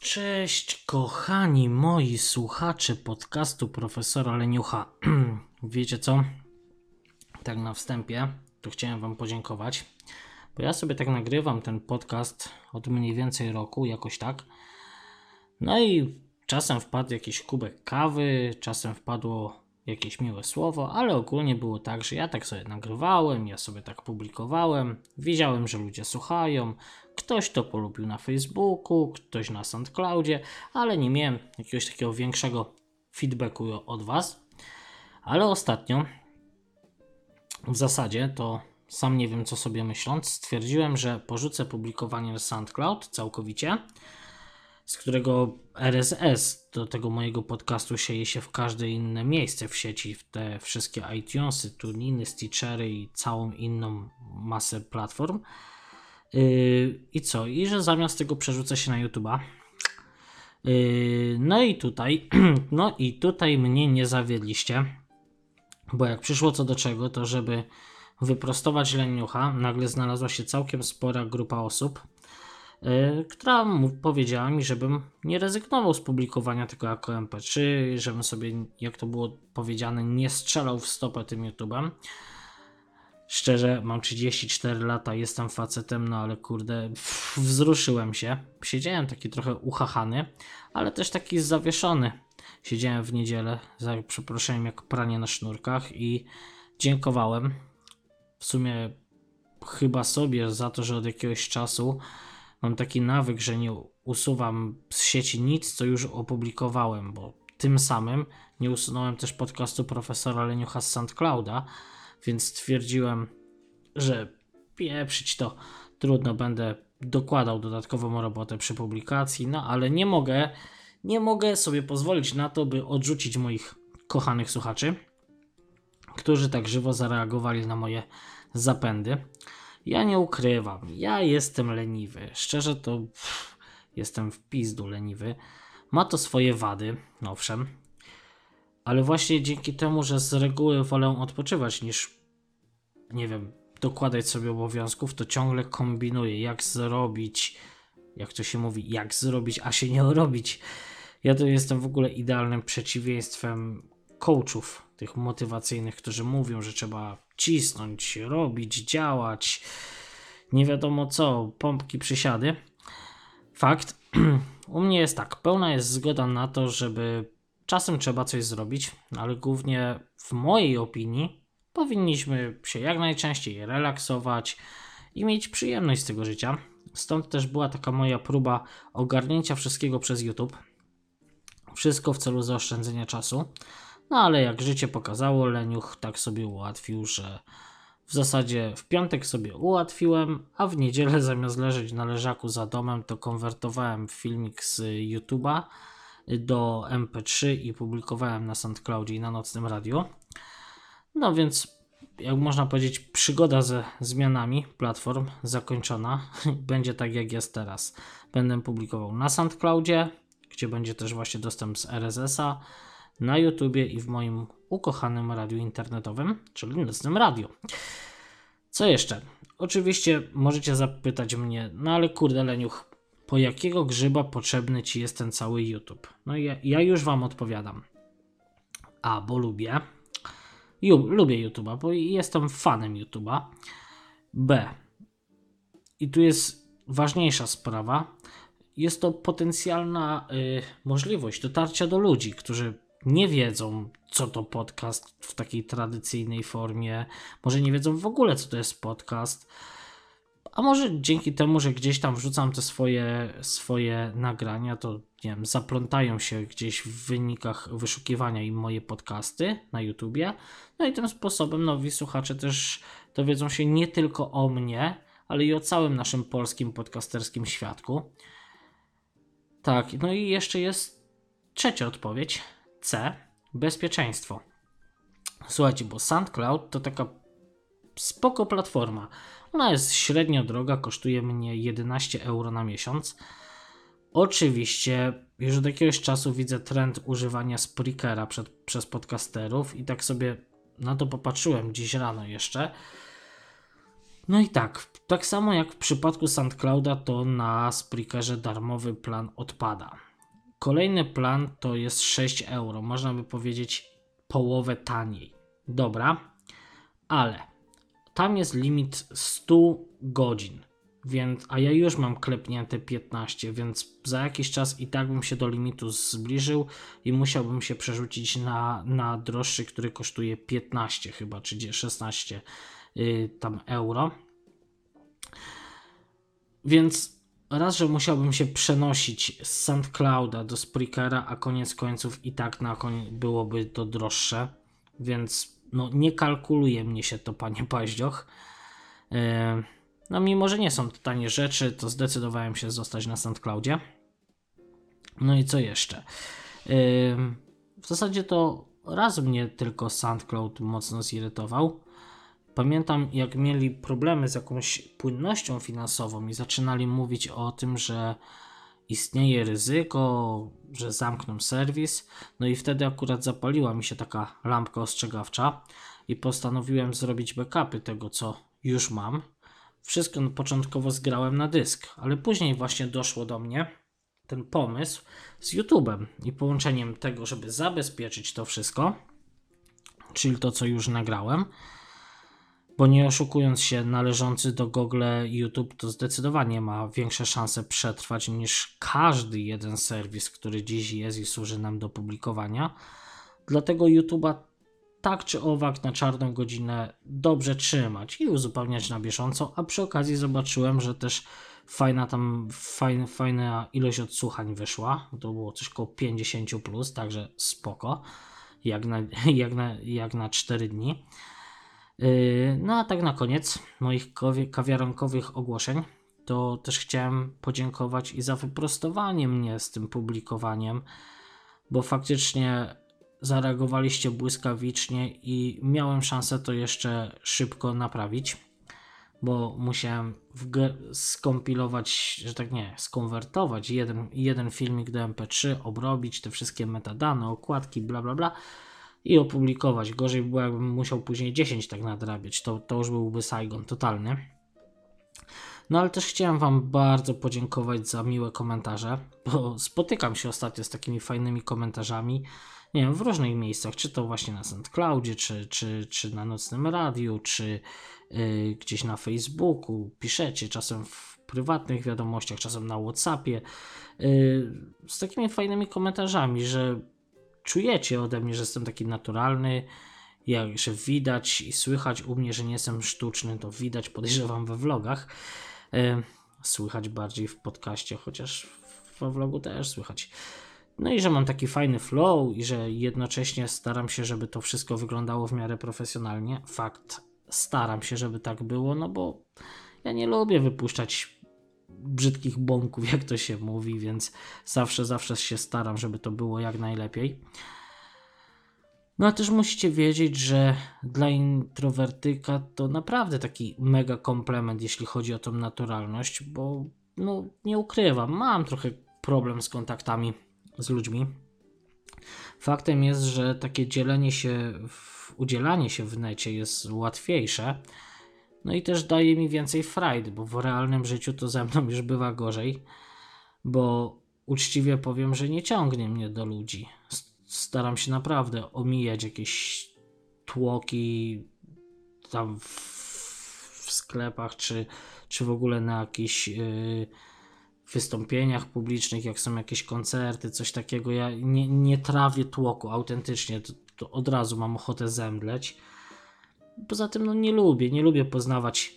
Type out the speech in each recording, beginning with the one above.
Cześć kochani moi słuchacze podcastu profesora Leniucha. Wiecie co? Tak na wstępie to chciałem wam podziękować, bo ja sobie tak nagrywam ten podcast od mniej więcej roku, jakoś tak. No i czasem wpadł jakiś kubek kawy, czasem wpadło jakieś miłe słowo, ale ogólnie było tak, że ja tak sobie nagrywałem, ja sobie tak publikowałem, widziałem, że ludzie słuchają, ktoś to polubił na Facebooku, ktoś na SoundCloudzie, ale nie miałem jakiegoś takiego większego feedbacku od was. Ale ostatnio, w zasadzie to sam nie wiem co sobie myśląc, stwierdziłem, że porzucę publikowanie na SoundCloud całkowicie, z którego RSS do tego mojego podcastu sieje się w każde inne miejsce w sieci, w te wszystkie iTunesy, TuneIny, Stitchery i całą inną masę platform. I co? I że zamiast tego przerzucę się na YouTube'a. No i tutaj mnie nie zawiedliście, bo jak przyszło co do czego, to żeby wyprostować Leniucha, nagle znalazła się całkiem spora grupa osób, która powiedziała mi, żebym nie rezygnował z publikowania tego jako MP3, żebym sobie, jak to było powiedziane, nie strzelał w stopę tym YouTube'em. Szczerze, mam 34 lata, jestem facetem, no ale kurde, wzruszyłem się. Siedziałem taki trochę uchachany, ale też taki zawieszony. Siedziałem w niedzielę, za przeproszeniem, jak pranie na sznurkach i dziękowałem. W sumie chyba sobie za to, że od jakiegoś czasu mam taki nawyk, że nie usuwam z sieci nic, co już opublikowałem, bo tym samym nie usunąłem też podcastu profesora Leniucha z SoundClouda, więc stwierdziłem, że pieprzyć to, trudno, będę dokładał dodatkową robotę przy publikacji, no ale nie mogę sobie pozwolić na to, by odrzucić moich kochanych słuchaczy, którzy tak żywo zareagowali na moje zapędy. Ja nie ukrywam, ja jestem leniwy, szczerze to jestem w pizdu leniwy. Ma to swoje wady, owszem, ale właśnie dzięki temu, że z reguły wolę odpoczywać niż, nie wiem, dokładać sobie obowiązków, to ciągle kombinuję, jak zrobić, jak to się mówi, jak zrobić, a się nie robić. Ja to jestem w ogóle idealnym przeciwieństwem coachów, tych motywacyjnych, którzy mówią, że trzeba cisnąć, robić, działać, nie wiadomo co, pompki, przysiady. Fakt, u mnie jest tak, pełna jest zgoda na to, żeby czasem trzeba coś zrobić, ale głównie w mojej opinii powinniśmy się jak najczęściej relaksować i mieć przyjemność z tego życia. Stąd też była taka moja próba ogarnięcia wszystkiego przez YouTube. Wszystko w celu zaoszczędzenia czasu. No ale jak życie pokazało, Leniuch tak sobie ułatwił, że w zasadzie w piątek sobie ułatwiłem, a w niedzielę zamiast leżeć na leżaku za domem, to konwertowałem filmik z YouTube'a do MP3 i publikowałem na SoundCloudzie i na Nocnym Radiu. No więc, jak można powiedzieć, przygoda ze zmianami platform zakończona. Będzie tak jak jest teraz. Będę publikował na SoundCloudzie, gdzie będzie też właśnie dostęp z RSS-a, na YouTubie i w moim ukochanym radiu internetowym, czyli Nocnym Radiu. Co jeszcze? Oczywiście możecie zapytać mnie, no ale kurde Leniuch, po jakiego grzyba potrzebny ci jest ten cały YouTube? No i ja już wam odpowiadam. A, bo lubię YouTube'a, bo jestem fanem YouTube'a. B. I tu jest ważniejsza sprawa. Jest to potencjalna możliwość dotarcia do ludzi, którzy nie wiedzą, co to podcast w takiej tradycyjnej formie. Może nie wiedzą w ogóle, co to jest podcast. A może dzięki temu, że gdzieś tam wrzucam te swoje nagrania, to nie wiem, zaplątają się gdzieś w wynikach wyszukiwania im moje podcasty na YouTubie. No i tym sposobem nowi słuchacze też dowiedzą się nie tylko o mnie, ale i o całym naszym polskim podcasterskim świadku. Tak, no i jeszcze jest trzecia odpowiedź. C. Bezpieczeństwo. Słuchajcie, bo SoundCloud to taka spoko platforma. Ona jest średnio droga, kosztuje mnie 11 euro na miesiąc. Oczywiście już od jakiegoś czasu widzę trend używania Spreakera przez podcasterów i tak sobie na to popatrzyłem dziś rano jeszcze. No i tak samo jak w przypadku SoundClouda, to na Spreakerze darmowy plan odpada. Kolejny plan to jest 6 euro, można by powiedzieć połowę taniej. Dobra, ale tam jest limit 100 godzin, a ja już mam klepnięte 15, więc za jakiś czas i tak bym się do limitu zbliżył i musiałbym się przerzucić na droższy, który kosztuje 15 chyba, czy 16 tam euro. Więc raz, że musiałbym się przenosić z SoundClouda do Spreakera, a koniec końców i tak na koniec byłoby to droższe, więc no nie kalkuluje mnie się to, panie Paździoch. No mimo, że nie są to tanie rzeczy, to zdecydowałem się zostać na SoundCloudzie. No i co jeszcze? W zasadzie to raz mnie tylko SoundCloud mocno zirytował. Pamiętam, jak mieli problemy z jakąś płynnością finansową i zaczynali mówić o tym, że istnieje ryzyko, że zamkną serwis. No i wtedy akurat zapaliła mi się taka lampka ostrzegawcza i postanowiłem zrobić backupy tego, co już mam. Wszystko początkowo zgrałem na dysk, ale później właśnie doszło do mnie ten pomysł z YouTube'em i połączeniem tego, żeby zabezpieczyć to wszystko, czyli to, co już nagrałem. Bo nie oszukując się, należący do Google YouTube to zdecydowanie ma większe szanse przetrwać niż każdy jeden serwis, który dziś jest i służy nam do publikowania. Dlatego YouTube'a tak czy owak na czarną godzinę dobrze trzymać i uzupełniać na bieżąco, a przy okazji zobaczyłem, że też fajna ilość odsłuchań wyszła. To było coś koło 50 plus, także spoko, jak na 4 dni. No a tak na koniec moich kawiarenkowych ogłoszeń, to też chciałem podziękować i za wyprostowanie mnie z tym publikowaniem, bo faktycznie zareagowaliście błyskawicznie i miałem szansę to jeszcze szybko naprawić, bo musiałem skompilować, że tak nie, skonwertować jeden filmik do MP3, obrobić te wszystkie metadane, okładki, bla bla bla i opublikować. Gorzej by było, jakbym musiał później 10 tak nadrabiać. To już byłby Saigon totalny. No ale też chciałem Wam bardzo podziękować za miłe komentarze, bo spotykam się ostatnio z takimi fajnymi komentarzami, nie wiem, w różnych miejscach, czy to właśnie na SoundCloudzie, czy na Nocnym Radiu, czy gdzieś na Facebooku, piszecie, czasem w prywatnych wiadomościach, czasem na WhatsAppie, z takimi fajnymi komentarzami, że czujecie ode mnie, że jestem taki naturalny, że widać i słychać u mnie, że nie jestem sztuczny, to widać, podejrzewam, we vlogach. Słychać bardziej w podcaście, chociaż we vlogu też słychać. No i że mam taki fajny flow i że jednocześnie staram się, żeby to wszystko wyglądało w miarę profesjonalnie. Fakt, staram się, żeby tak było, no bo ja nie lubię wypuszczać brzydkich bąków, jak to się mówi, więc zawsze się staram, żeby to było jak najlepiej. No a też musicie wiedzieć, że dla introwertyka to naprawdę taki mega komplement, jeśli chodzi o tą naturalność, bo no nie ukrywam, mam trochę problem z kontaktami z ludźmi. Faktem jest, że takie udzielanie się w necie jest łatwiejsze, no i też daje mi więcej frajdy, bo w realnym życiu to ze mną już bywa gorzej, bo uczciwie powiem, że nie ciągnie mnie do ludzi. Staram się naprawdę omijać jakieś tłoki tam w sklepach, czy w ogóle na jakichś wystąpieniach publicznych, jak są jakieś koncerty, coś takiego. Ja nie trawię tłoku autentycznie, to od razu mam ochotę zemdleć. Poza tym no nie lubię poznawać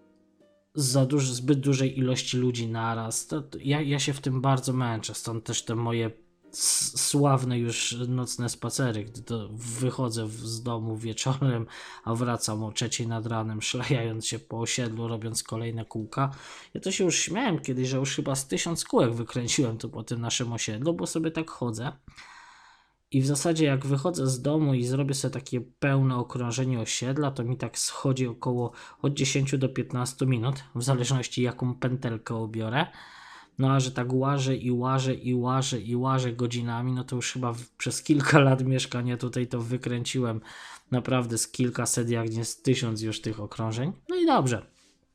zbyt dużej ilości ludzi naraz. Ja się w tym bardzo męczę, stąd też te moje sławne już nocne spacery, gdy to wychodzę z domu wieczorem, a wracam o 3 nad ranem, szlajając się po osiedlu, robiąc kolejne kółka. Ja to się już śmiałem kiedyś, że już chyba z 1000 kółek wykręciłem tu po tym naszym osiedlu, bo sobie tak chodzę. I w zasadzie jak wychodzę z domu i zrobię sobie takie pełne okrążenie osiedla, to mi tak schodzi około od 10 do 15 minut, w zależności jaką pętelkę obiorę. No a że tak łażę godzinami, no to już chyba przez kilka lat mieszkania tutaj to wykręciłem naprawdę z kilkaset, jak nie z 1000 już tych okrążeń. No i dobrze.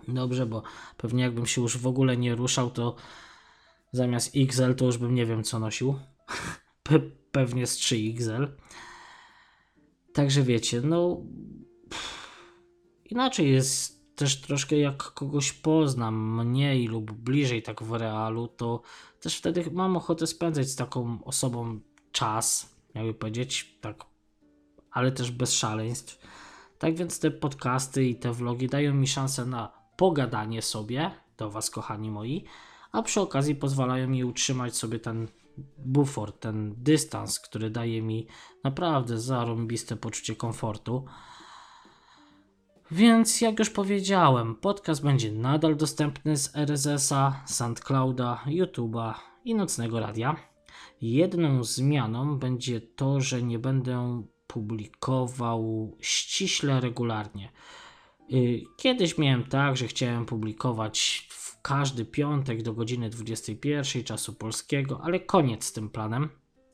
Dobrze, bo pewnie jakbym się już w ogóle nie ruszał, to zamiast XL to już bym nie wiem co nosił. Pewnie z 3XL. Także wiecie, no inaczej jest też troszkę jak kogoś poznam mniej lub bliżej tak w realu, to też wtedy mam ochotę spędzać z taką osobą czas, jakby powiedzieć, tak, ale też bez szaleństw. Tak więc te podcasty i te vlogi dają mi szansę na pogadanie sobie, do was kochani moi, a przy okazji pozwalają mi utrzymać sobie ten bufor, ten dystans, który daje mi naprawdę zarąbiste poczucie komfortu. Więc jak już powiedziałem, podcast będzie nadal dostępny z RSS-a, SoundClouda, YouTube'a i Nocnego Radia. Jedną zmianą będzie to, że nie będę publikował ściśle regularnie. Kiedyś miałem tak, że chciałem publikować w każdy piątek do godziny 21 czasu polskiego, ale koniec z tym planem,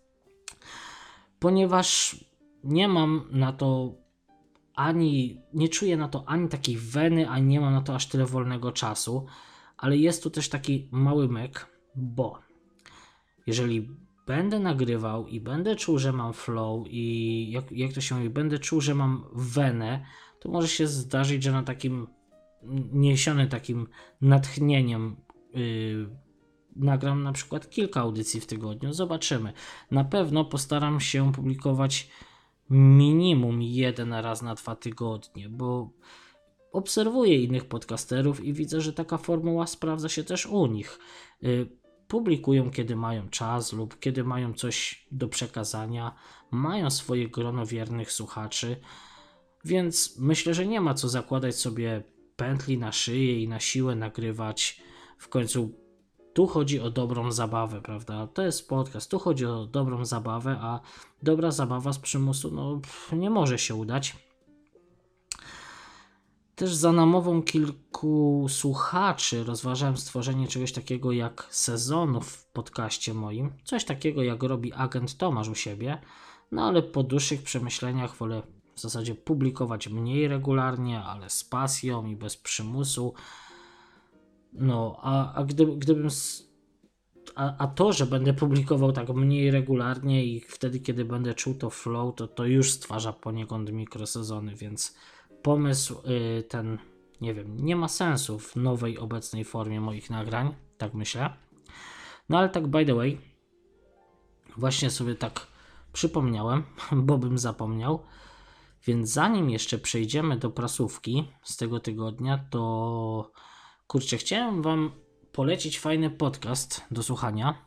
ponieważ nie mam na to nie czuję na to ani takiej weny, ani nie mam na to aż tyle wolnego czasu, ale jest tu też taki mały myk, bo jeżeli będę nagrywał i będę czuł, że mam flow i jak to się mówi, będę czuł, że mam wenę, to może się zdarzyć, że na takim niesiony takim natchnieniem nagram na przykład kilka audycji w tygodniu. Zobaczymy. Na pewno postaram się publikować minimum jeden raz na 2 tygodnie, bo obserwuję innych podcasterów i widzę, że taka formuła sprawdza się też u nich. Publikują kiedy mają czas lub kiedy mają coś do przekazania, mają swoje grono wiernych słuchaczy, więc myślę, że nie ma co zakładać sobie pętli na szyję i na siłę nagrywać. W końcu tu chodzi o dobrą zabawę, prawda? To jest podcast, tu chodzi o dobrą zabawę, a dobra zabawa z przymusu nie może się udać. Też za namową kilku słuchaczy rozważałem stworzenie czegoś takiego jak sezonów w podcaście moim. Coś takiego jak robi agent Tomasz u siebie. No ale po dłuższych przemyśleniach wolę w zasadzie publikować mniej regularnie, ale z pasją i bez przymusu. No, a to, że będę publikował tak mniej regularnie i wtedy, kiedy będę czuł to flow, to już stwarza poniekąd mikrosezony, więc pomysł ten, nie wiem, nie ma sensu w nowej, obecnej formie moich nagrań, tak myślę. No ale tak by the way, właśnie sobie tak przypomniałem, bo bym zapomniał, więc zanim jeszcze przejdziemy do prasówki z tego tygodnia, to kurczę, chciałem wam polecić fajny podcast do słuchania.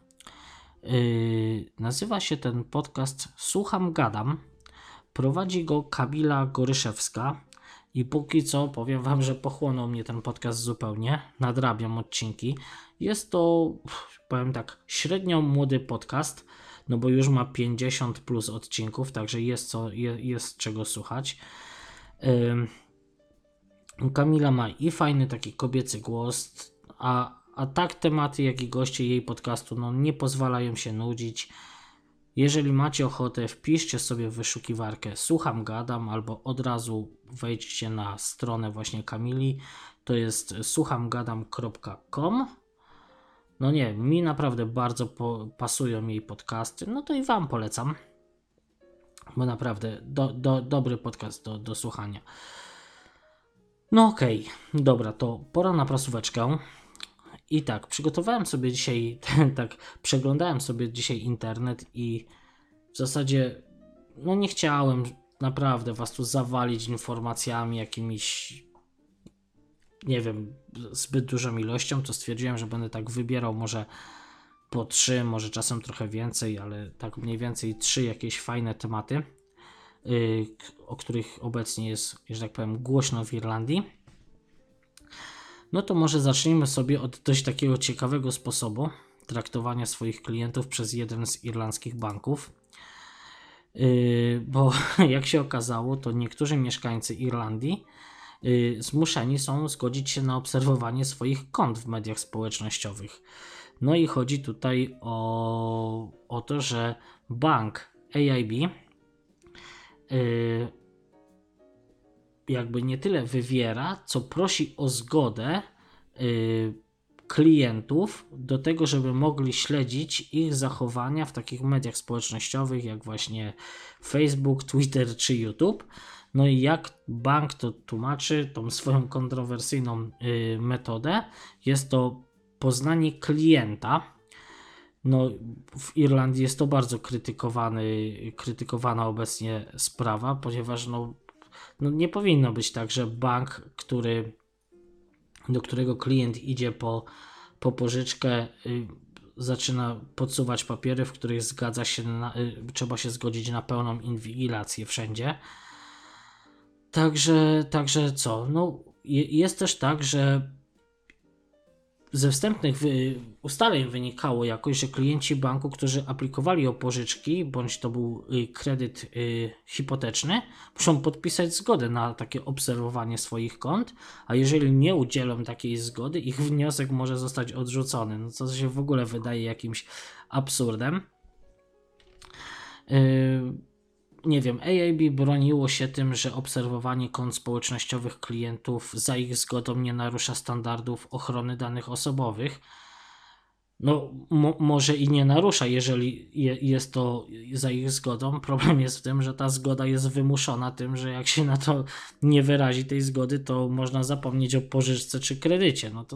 Nazywa się ten podcast Słucham Gadam. Prowadzi go Kamila Goryszewska i póki co powiem wam, że pochłonął mnie ten podcast zupełnie. Nadrabiam odcinki. Jest to, powiem tak, średnio młody podcast, no bo już ma 50 plus odcinków, także jest czego słuchać. Kamila ma i fajny taki kobiecy głos, a tak tematy, jak i goście jej podcastu nie pozwalają się nudzić. Jeżeli macie ochotę, wpiszcie sobie w wyszukiwarkę Słucham Gadam albo od razu wejdźcie na stronę właśnie Kamili. To jest słuchamgadam.com. No nie, mi naprawdę bardzo pasują jej podcasty, no to i wam polecam, bo naprawdę dobry podcast do słuchania. No okej, dobra, to pora na prasóweczkę. I tak, przygotowałem sobie dzisiaj, tak, przeglądałem sobie dzisiaj internet i w zasadzie, nie chciałem naprawdę was tu zawalić informacjami jakimiś, nie wiem, zbyt dużą ilością, to stwierdziłem, że będę tak wybierał może po 3, może czasem trochę więcej, ale tak mniej więcej 3 jakieś fajne tematy, o których obecnie jest, że tak powiem, głośno w Irlandii. No to może zacznijmy sobie od dość takiego ciekawego sposobu traktowania swoich klientów przez jeden z irlandzkich banków. Bo jak się okazało, to niektórzy mieszkańcy Irlandii zmuszeni są zgodzić się na obserwowanie swoich kont w mediach społecznościowych. No i chodzi tutaj o to, że bank AIB jakby nie tyle wywiera, co prosi o zgodę klientów do tego, żeby mogli śledzić ich zachowania w takich mediach społecznościowych jak właśnie Facebook, Twitter czy YouTube. No i jak bank to tłumaczy, tą swoją kontrowersyjną metodę, jest to poznanie klienta. No, w Irlandii jest to bardzo krytykowana obecnie sprawa, ponieważ no nie powinno być tak, że bank, do którego klient idzie po pożyczkę, zaczyna podsuwać papiery, w których trzeba się zgodzić na pełną inwigilację wszędzie. Także co? No, jest też tak, że ze wstępnych ustaleń wynikało jakoś, że klienci banku, którzy aplikowali o pożyczki, bądź to był kredyt hipoteczny, muszą podpisać zgodę na takie obserwowanie swoich kont, a jeżeli nie udzielą takiej zgody, ich wniosek może zostać odrzucony, no co się w ogóle wydaje jakimś absurdem. Nie wiem, AIB broniło się tym, że obserwowanie kont społecznościowych klientów za ich zgodą nie narusza standardów ochrony danych osobowych. No, może i nie narusza, jeżeli jest to za ich zgodą. Problem jest w tym, że ta zgoda jest wymuszona tym, że jak się na to nie wyrazi tej zgody, to można zapomnieć o pożyczce czy kredycie. No to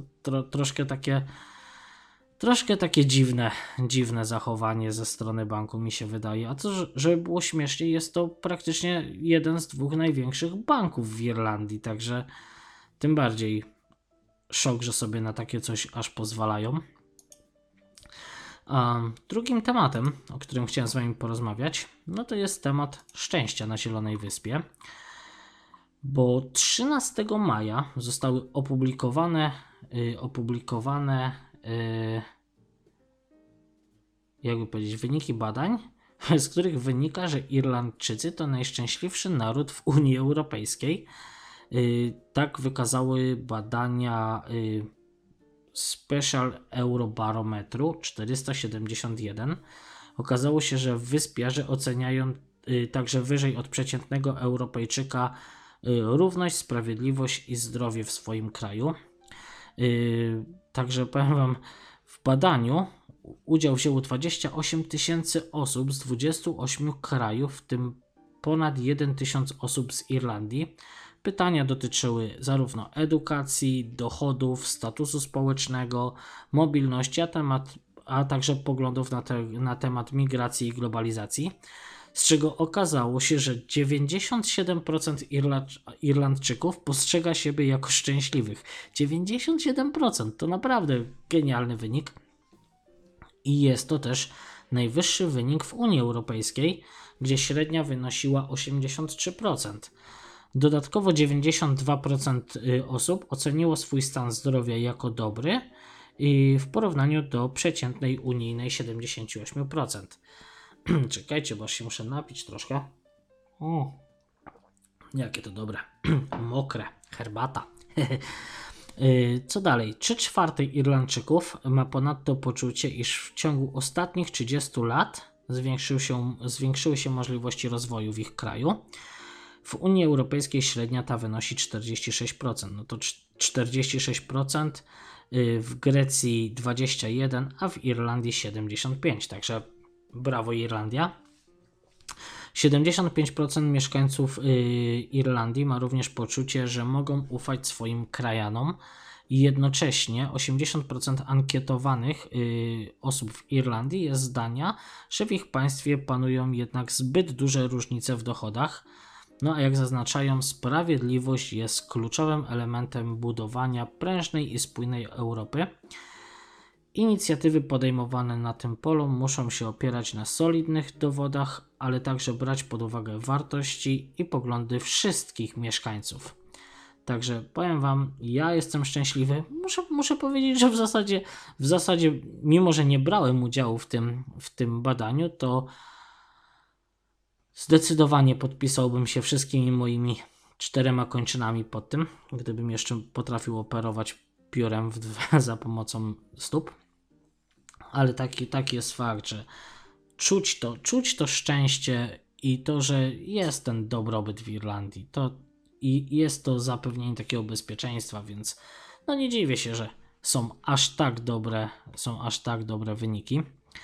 troszkę takie dziwne zachowanie ze strony banku mi się wydaje. A to, żeby było śmieszniej, jest to praktycznie jeden z 2 największych banków w Irlandii, także tym bardziej szok, że sobie na takie coś aż pozwalają. A drugim tematem, o którym chciałem z Wami porozmawiać, no to jest temat szczęścia na Zielonej Wyspie, bo 13 maja zostały opublikowane jakby powiedzieć, wyniki badań, z których wynika, że Irlandczycy to najszczęśliwszy naród w Unii Europejskiej. Tak wykazały badania Special Eurobarometru 471. Okazało się, że wyspiarze oceniają także wyżej od przeciętnego Europejczyka równość, sprawiedliwość i zdrowie w swoim kraju. Także powiem Wam, w badaniu udział wzięło 28 tysięcy osób z 28 krajów, w tym ponad 1 tysiąc osób z Irlandii. Pytania dotyczyły zarówno edukacji, dochodów, statusu społecznego, mobilności, a także poglądów na temat migracji i globalizacji, z czego okazało się, że 97% Irlandczyków postrzega siebie jako szczęśliwych. 97% to naprawdę genialny wynik. I jest to też najwyższy wynik w Unii Europejskiej, gdzie średnia wynosiła 83%. Dodatkowo 92% osób oceniło swój stan zdrowia jako dobry i w porównaniu do przeciętnej unijnej 78%. Czekajcie, bo się muszę napić troszkę. Jakie to dobre. Mokre. Herbata. Co dalej? 3/4 Irlandczyków ma ponadto poczucie, iż w ciągu ostatnich 30 lat zwiększyły się możliwości rozwoju w ich kraju. W Unii Europejskiej średnia ta wynosi 46%. No to 46%, w Grecji 21%, a w Irlandii 75%. Także brawo Irlandia. 75% mieszkańców Irlandii ma również poczucie, że mogą ufać swoim krajanom i jednocześnie 80% ankietowanych osób w Irlandii jest zdania, że w ich państwie panują jednak zbyt duże różnice w dochodach. No a jak zaznaczają, sprawiedliwość jest kluczowym elementem budowania prężnej i spójnej Europy. Inicjatywy podejmowane na tym polu muszą się opierać na solidnych dowodach, ale także brać pod uwagę wartości i poglądy wszystkich mieszkańców. Także powiem Wam, ja jestem szczęśliwy. Muszę powiedzieć, że w zasadzie mimo że nie brałem udziału w tym badaniu, to zdecydowanie podpisałbym się wszystkimi moimi 4 kończynami pod tym, gdybym jeszcze potrafił operować piórem za pomocą stóp. Ale taki jest fakt, że czuć to szczęście i to, że jest ten dobrobyt w Irlandii. To i jest to zapewnienie takiego bezpieczeństwa, więc no nie dziwię się, że są aż tak dobre wyniki.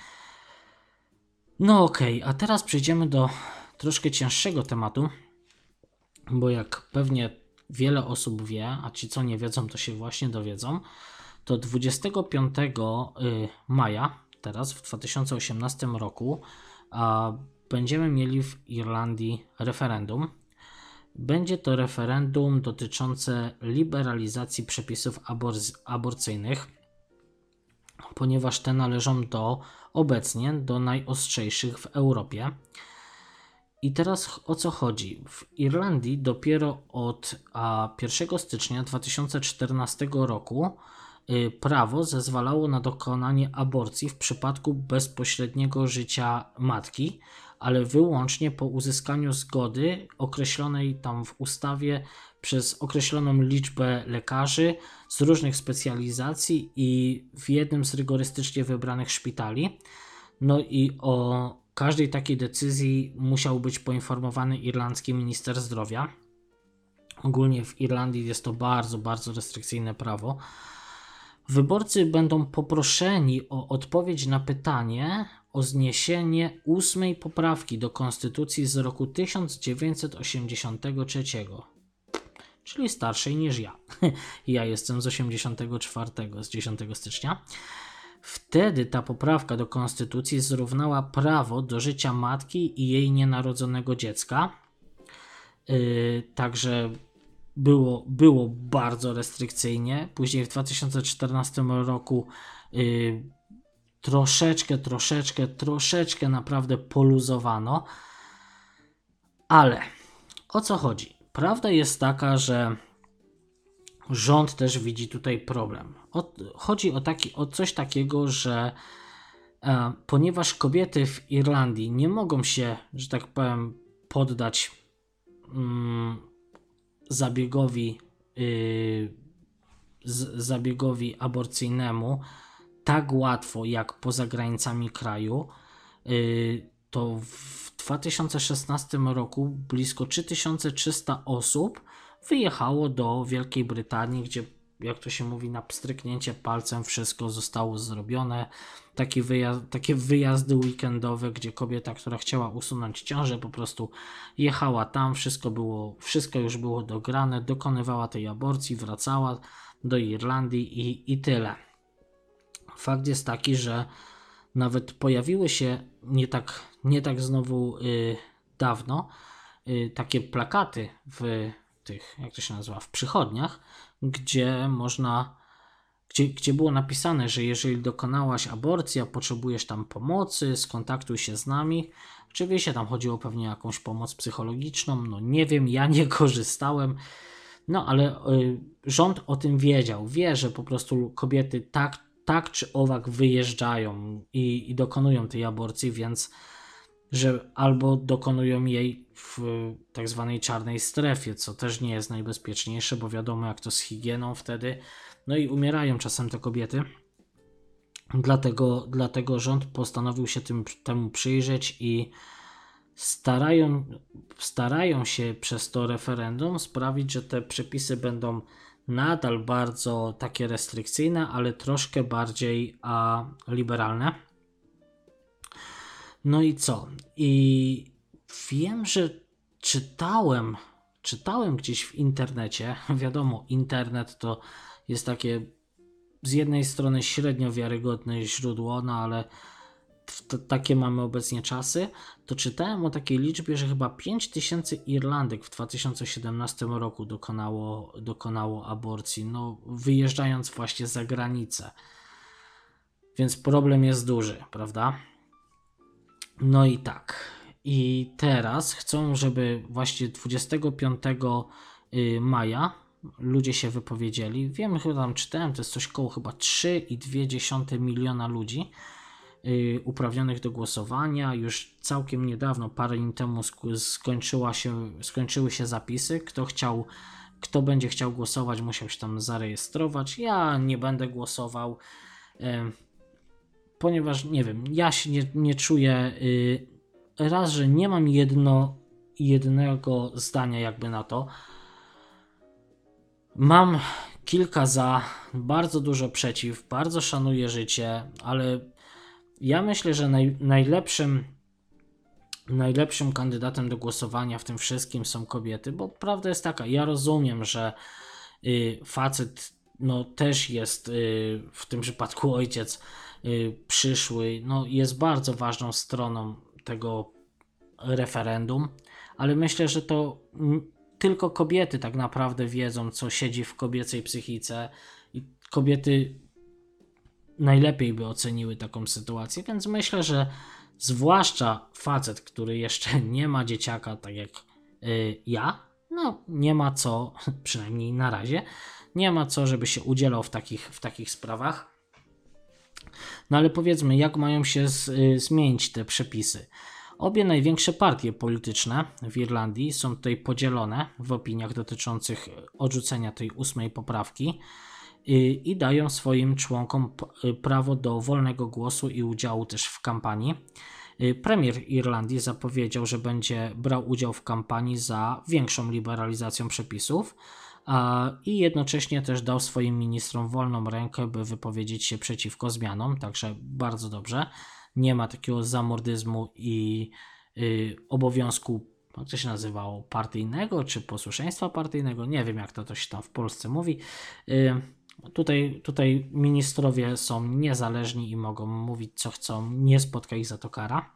No okej, a teraz przejdziemy do troszkę cięższego tematu, bo jak pewnie wiele osób wie, a ci co nie wiedzą, to się właśnie dowiedzą, to 25 maja, teraz w 2018 roku, będziemy mieli w Irlandii referendum. Będzie to referendum dotyczące liberalizacji przepisów aborcyjnych, ponieważ te należą obecnie do najostrzejszych w Europie. I teraz o co chodzi? W Irlandii dopiero od 1 stycznia 2014 roku prawo zezwalało na dokonanie aborcji w przypadku bezpośredniego życia matki, ale wyłącznie po uzyskaniu zgody określonej tam w ustawie przez określoną liczbę lekarzy z różnych specjalizacji i w jednym z rygorystycznie wybranych szpitali. No i o każdej takiej decyzji musiał być poinformowany irlandzki minister zdrowia. Ogólnie w Irlandii jest to bardzo, bardzo restrykcyjne prawo. Wyborcy będą poproszeni o odpowiedź na pytanie o zniesienie 8 poprawki do Konstytucji z roku 1983, czyli starszej niż ja. Ja jestem z 84, z 10 stycznia. Wtedy ta poprawka do Konstytucji zrównała prawo do życia matki i jej nienarodzonego dziecka. Także było bardzo restrykcyjnie. Później w 2014 roku troszeczkę naprawdę poluzowano. Ale o co chodzi? Prawda jest taka, że rząd też widzi tutaj problem. Chodzi o coś takiego, że ponieważ kobiety w Irlandii nie mogą się, że tak powiem, poddać zabiegowi aborcyjnemu tak łatwo jak poza granicami kraju, to w 2016 roku blisko 3300 osób wyjechało do Wielkiej Brytanii, gdzie, jak to się mówi, na pstryknięcie palcem wszystko zostało zrobione. Takie wyjazdy weekendowe, gdzie kobieta, która chciała usunąć ciążę, po prostu jechała tam, wszystko już było dograne, dokonywała tej aborcji, wracała do Irlandii i tyle. Fakt jest taki, że nawet pojawiły się nie tak znowu dawno takie plakaty w tych, jak to się nazywa, w przychodniach, gdzie było napisane, że jeżeli dokonałaś aborcji, a potrzebujesz tam pomocy, skontaktuj się z nami. Oczywiście tam chodziło pewnie o jakąś pomoc psychologiczną, no nie wiem, ja nie korzystałem, no ale rząd o tym wiedział, wie, że po prostu kobiety tak czy owak wyjeżdżają i dokonują tej aborcji, więc że albo dokonują jej w tak zwanej czarnej strefie, co też nie jest najbezpieczniejsze, bo wiadomo jak to z higieną wtedy, no i umierają czasem te kobiety. Dlatego rząd postanowił się temu przyjrzeć i starają się przez to referendum sprawić, że te przepisy będą nadal bardzo takie restrykcyjne, ale troszkę bardziej liberalne. No i co? I wiem, że czytałem gdzieś w internecie, wiadomo, internet to jest takie z jednej strony średnio wiarygodne źródło, no ale takie mamy obecnie czasy, to czytałem o takiej liczbie, że chyba 5000 Irlandek w 2017 roku dokonało aborcji, no wyjeżdżając właśnie za granicę. Więc problem jest duży, prawda? No i tak. I teraz chcą, żeby właśnie 25 maja ludzie się wypowiedzieli. Wiem, chyba tam czytałem, to jest coś koło chyba 3,2 miliona ludzi uprawnionych do głosowania. Już całkiem niedawno, parę dni temu skończyły się zapisy. Kto będzie chciał głosować, musiał się tam zarejestrować. Ja nie będę głosował, ponieważ nie wiem, ja się nie czuję raz, że nie mam jednego zdania jakby na to. Mam kilka za, bardzo dużo przeciw, bardzo szanuję życie, ale ja myślę, że najlepszym kandydatem do głosowania w tym wszystkim są kobiety, bo prawda jest taka, ja rozumiem, że facet no, też jest w tym przypadku ojciec przyszły, no, jest bardzo ważną stroną tego referendum, ale myślę, że to tylko kobiety tak naprawdę wiedzą, co siedzi w kobiecej psychice i kobiety najlepiej by oceniły taką sytuację, więc myślę, że zwłaszcza facet, który jeszcze nie ma dzieciaka, tak jak ja, no nie ma co, przynajmniej na razie, nie ma co, żeby się udzielał w takich sprawach. No ale powiedzmy, jak mają się zmienić te przepisy? Obie największe partie polityczne w Irlandii są tutaj podzielone w opiniach dotyczących odrzucenia tej 8 poprawki i dają swoim członkom prawo do wolnego głosu i udziału też w kampanii. Premier Irlandii zapowiedział, że będzie brał udział w kampanii za większą liberalizacją przepisów i jednocześnie też dał swoim ministrom wolną rękę, by wypowiedzieć się przeciwko zmianom, także bardzo dobrze. Nie ma takiego zamordyzmu i obowiązku, jak to się nazywało, partyjnego czy posłuszeństwa partyjnego, nie wiem jak to się tam w Polsce mówi. Tutaj ministrowie są niezależni i mogą mówić co chcą, nie spotka ich za to kara.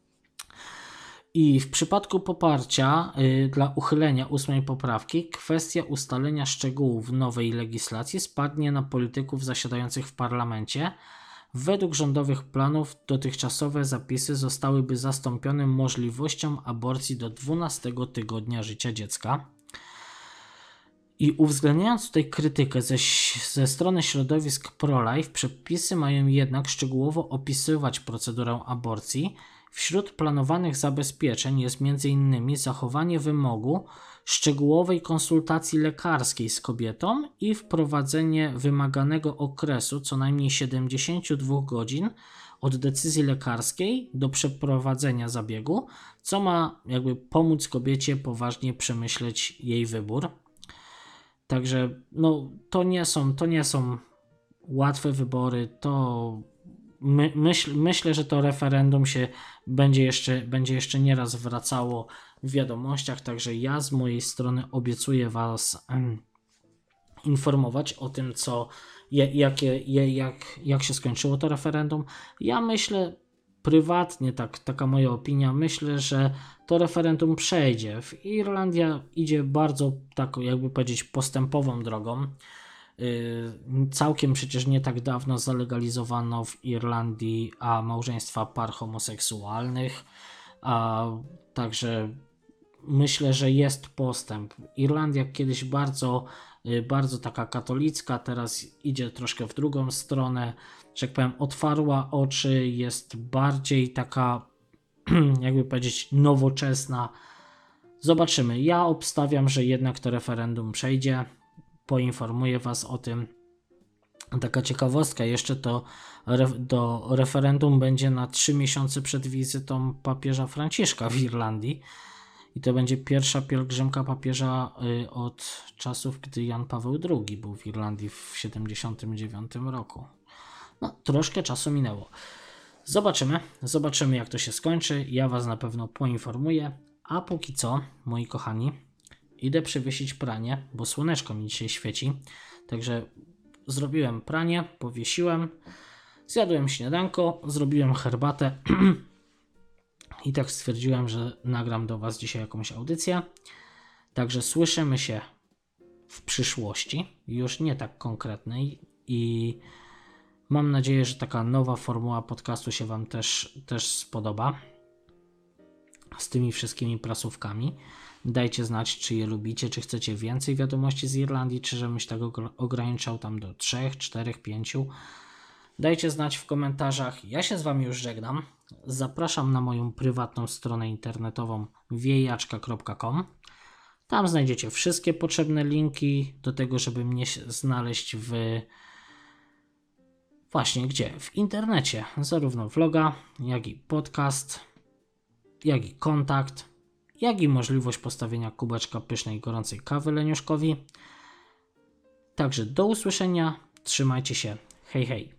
I w przypadku poparcia dla uchylenia 8 poprawki, kwestia ustalenia szczegółów nowej legislacji spadnie na polityków zasiadających w parlamencie. Według rządowych planów dotychczasowe zapisy zostałyby zastąpione możliwością aborcji do 12 tygodnia życia dziecka. I uwzględniając tutaj krytykę ze strony środowisk pro-life, przepisy mają jednak szczegółowo opisywać procedurę aborcji. Wśród planowanych zabezpieczeń jest m.in. zachowanie wymogu szczegółowej konsultacji lekarskiej z kobietą i wprowadzenie wymaganego okresu co najmniej 72 godzin od decyzji lekarskiej do przeprowadzenia zabiegu, co ma jakby pomóc kobiecie poważnie przemyśleć jej wybór. Także no, to nie są łatwe wybory. Myślę, że to referendum się będzie jeszcze nieraz wracało w wiadomościach, także ja z mojej strony obiecuję Was informować o tym, jak się skończyło to referendum. Ja myślę prywatnie, taka moja opinia, myślę, że to referendum przejdzie. Irlandia idzie bardzo taką, jakby powiedzieć, postępową drogą. Całkiem przecież nie tak dawno zalegalizowano w Irlandii małżeństwa par homoseksualnych, także myślę, że jest postęp. Irlandia kiedyś bardzo taka katolicka, teraz idzie troszkę w drugą stronę, że jak powiem, otwarła oczy, jest bardziej taka, jakby powiedzieć, nowoczesna. Zobaczymy. Ja obstawiam, że jednak to referendum przejdzie. Poinformuję Was o tym. Taka ciekawostka, jeszcze do referendum będzie na 3 miesiące przed wizytą papieża Franciszka w Irlandii. I to będzie pierwsza pielgrzymka papieża od czasów, gdy Jan Paweł II był w Irlandii w 1979 roku. No, troszkę czasu minęło. Zobaczymy jak to się skończy. Ja Was na pewno poinformuję. A póki co, moi kochani, idę przewiesić pranie, bo słoneczko mi dzisiaj świeci. Także zrobiłem pranie, powiesiłem, zjadłem śniadanko, zrobiłem herbatę i tak stwierdziłem, że nagram do Was dzisiaj jakąś audycję. Także słyszymy się w przyszłości, już nie tak konkretnej, i mam nadzieję, że taka nowa formuła podcastu się Wam też spodoba z tymi wszystkimi prasówkami. Dajcie znać, czy je lubicie, czy chcecie więcej wiadomości z Irlandii, czy żebym się tego ograniczał tam do 3, 4, 5. Dajcie znać w komentarzach. Ja się z Wami już żegnam. Zapraszam na moją prywatną stronę internetową wiejaczka.com. Tam znajdziecie wszystkie potrzebne linki do tego, żeby mnie znaleźć właśnie gdzie? W internecie. Zarówno vloga, jak i podcast, jak i kontakt, jak i możliwość postawienia kubeczka pysznej, gorącej kawy leniuszkowi. Także do usłyszenia, trzymajcie się, hej hej.